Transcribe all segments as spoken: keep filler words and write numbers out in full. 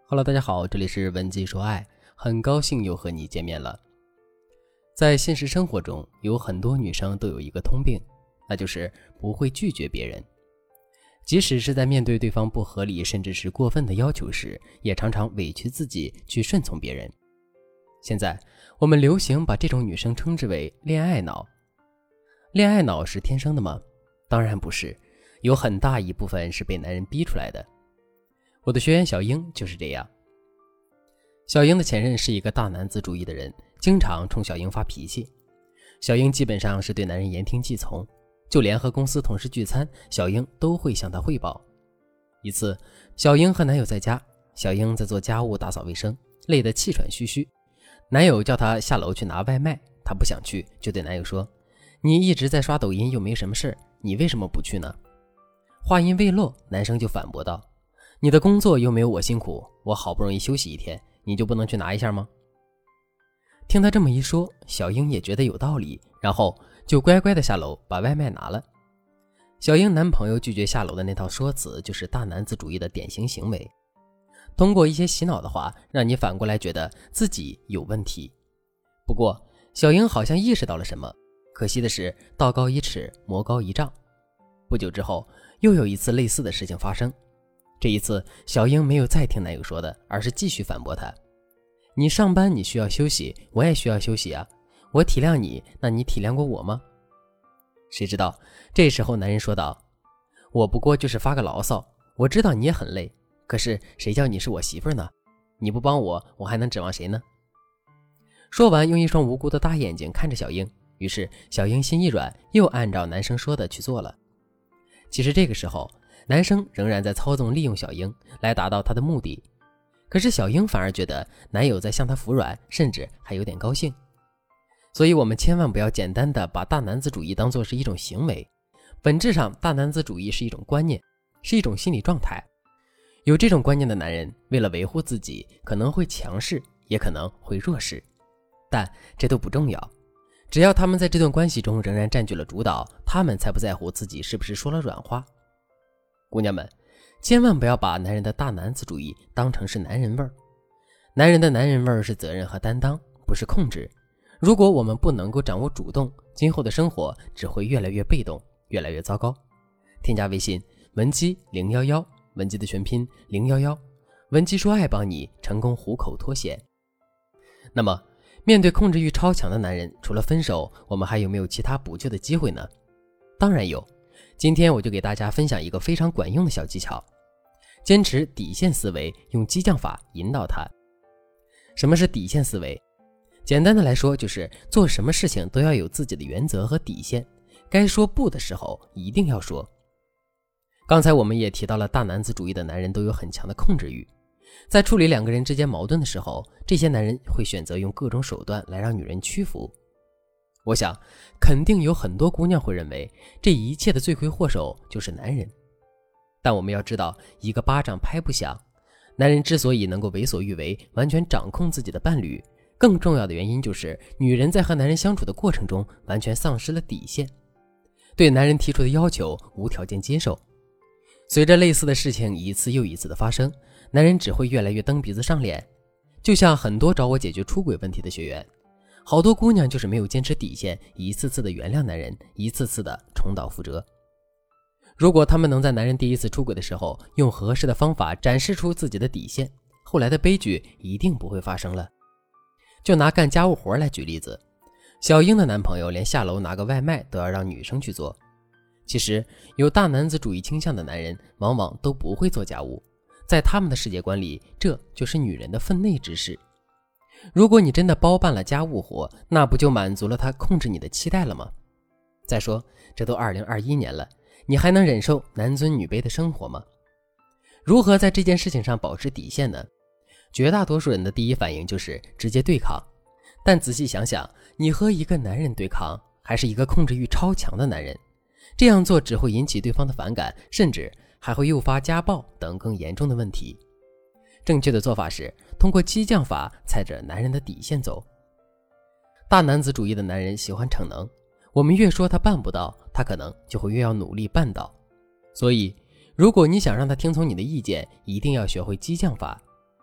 Hello， 大家好，这里是文姬说爱，很高兴又和你见面了。在现实生活中，有很多女生都有一个通病，那就是不会拒绝别人。即使是在面对对方不合理甚至是过分的要求时，也常常委屈自己去顺从别人。现在我们流行把这种女生称之为恋爱脑。恋爱脑是天生的吗？当然不是，有很大一部分是被男人逼出来的。我的学员小英就是这样。小英的前任是一个大男子主义的人，经常冲小英发脾气。小英基本上是对男人言听计从，就连和公司同事聚餐，小英都会向他汇报。一次，小英和男友在家，小英在做家务打扫卫生，累得气喘吁吁。男友叫她下楼去拿外卖，她不想去，就对男友说：你一直在刷抖音又没什么事，你为什么不去呢？话音未落，男生就反驳道：你的工作又没有我辛苦，我好不容易休息一天，你就不能去拿一下吗？听他这么一说，小英也觉得有道理，然后就乖乖的下楼把外卖拿了。小英男朋友拒绝下楼的那套说辞，就是大男子主义的典型行为。通过一些洗脑的话，让你反过来觉得自己有问题。不过小英好像意识到了什么，可惜的是道高一尺，魔高一丈。不久之后，又有一次类似的事情发生。这一次，小英没有再听男友说的，而是继续反驳他：你上班你需要休息，我也需要休息啊，我体谅你，那你体谅过我吗？谁知道这时候男人说道：我不过就是发个牢骚，我知道你也很累，可是谁叫你是我媳妇呢？你不帮我，我还能指望谁呢？说完，用一双无辜的大眼睛看着小英，于是小英心一软，又按照男生说的去做了。其实这个时候，男生仍然在操纵利用小英来达到他的目的，可是小英反而觉得男友在向她服软，甚至还有点高兴。所以我们千万不要简单的把大男子主义当作是一种行为，本质上大男子主义是一种观念，是一种心理状态。有这种观念的男人，为了维护自己，可能会强势，也可能会弱势，但这都不重要，只要他们在这段关系中仍然占据了主导，他们才不在乎自己是不是说了软话。姑娘们，千万不要把男人的大男子主义当成是男人味儿。男人的男人味儿是责任和担当，不是控制。如果我们不能够掌握主动，今后的生活只会越来越被动，越来越糟糕。添加微信文姬零一一，文姬的全拼零一一，文姬说爱，帮你成功虎口脱险。那么面对控制欲超强的男人，除了分手，我们还有没有其他补救的机会呢？当然有。今天我就给大家分享一个非常管用的小技巧，坚持底线思维，用激将法引导他。什么是底线思维？简单的来说，就是做什么事情都要有自己的原则和底线，该说不的时候一定要说。刚才我们也提到了，大男子主义的男人都有很强的控制欲，在处理两个人之间矛盾的时候，这些男人会选择用各种手段来让女人屈服。我想肯定有很多姑娘会认为这一切的罪魁祸首就是男人，但我们要知道，一个巴掌拍不响，男人之所以能够为所欲为，完全掌控自己的伴侣，更重要的原因就是女人在和男人相处的过程中完全丧失了底线，对男人提出的要求无条件接受。随着类似的事情一次又一次的发生，男人只会越来越蹬鼻子上脸。就像很多找我解决出轨问题的学员，好多姑娘就是没有坚持底线，一次次的原谅男人，一次次的重蹈覆辙。如果他们能在男人第一次出轨的时候，用合适的方法展示出自己的底线，后来的悲剧一定不会发生了。就拿干家务活来举例子，小英的男朋友连下楼拿个外卖都要让女生去做。其实有大男子主义倾向的男人往往都不会做家务，在他们的世界观里，这就是女人的分内之事。如果你真的包办了家务活，那不就满足了他控制你的期待了吗？再说这都二零二一年了，你还能忍受男尊女卑的生活吗？如何在这件事情上保持底线呢？绝大多数人的第一反应就是直接对抗，但仔细想想，你和一个男人对抗，还是一个控制欲超强的男人，这样做只会引起对方的反感，甚至还会诱发家暴等更严重的问题。正确的做法是通过激将法踩着男人的底线走。大男子主义的男人喜欢逞能，我们越说他办不到，他可能就会越要努力办到。所以如果你想让他听从你的意见，一定要学会激将法。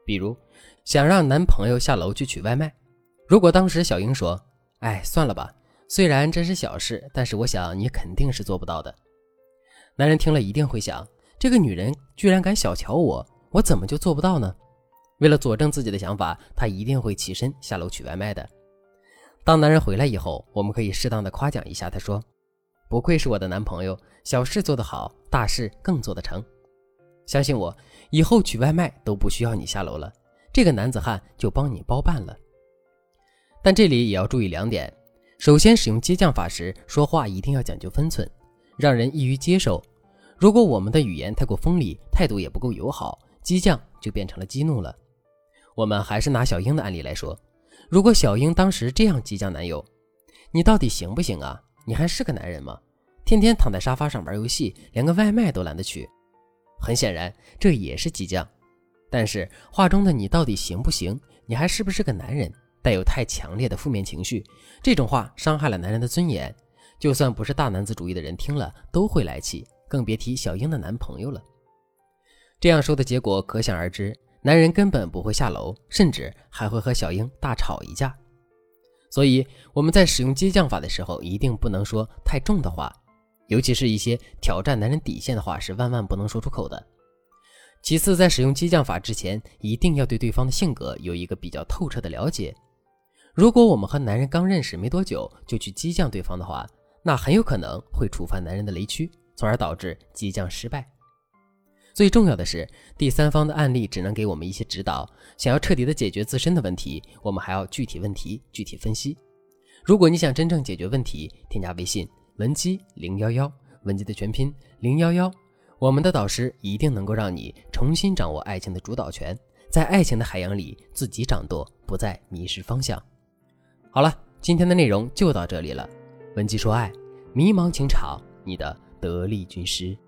比如想让男朋友下楼去取外卖，如果当时小英说，哎，算了吧，虽然这是小事，但是我想你肯定是做不到的。男人听了一定会想，这个女人居然敢小瞧我，我怎么就做不到呢？为了佐证自己的想法，他一定会起身下楼取外卖的。当男人回来以后，我们可以适当的夸奖一下他，说，不愧是我的男朋友，小事做得好，大事更做得成。相信我，以后取外卖都不需要你下楼了，这个男子汉就帮你包办了。但这里也要注意两点，首先使用激将法时，说话一定要讲究分寸，让人易于接受。如果我们的语言太过锋利，态度也不够友好，激将就变成了激怒了。我们还是拿小英的案例来说，如果小英当时这样激将男友，你到底行不行啊？你还是个男人吗？天天躺在沙发上玩游戏，连个外卖都懒得取。很显然这也是激将，但是话中的你到底行不行，你还是不是个男人，带有太强烈的负面情绪，这种话伤害了男人的尊严，就算不是大男子主义的人听了都会来气，更别提小英的男朋友了。这样说的结果可想而知，男人根本不会下楼，甚至还会和小英大吵一架。所以我们在使用激将法的时候，一定不能说太重的话，尤其是一些挑战男人底线的话是万万不能说出口的。其次，在使用激将法之前，一定要对对方的性格有一个比较透彻的了解。如果我们和男人刚认识没多久就去激将对方的话，那很有可能会触犯男人的雷区，从而导致激将失败。最重要的是，第三方的案例只能给我们一些指导，想要彻底的解决自身的问题，我们还要具体问题具体分析。如果你想真正解决问题，添加微信文姬零一一，文姬的全拼零一一，我们的导师一定能够让你重新掌握爱情的主导权，在爱情的海洋里自己掌舵，不再迷失方向。好了，今天的内容就到这里了。文姬说爱，迷茫情场，你的得力军师。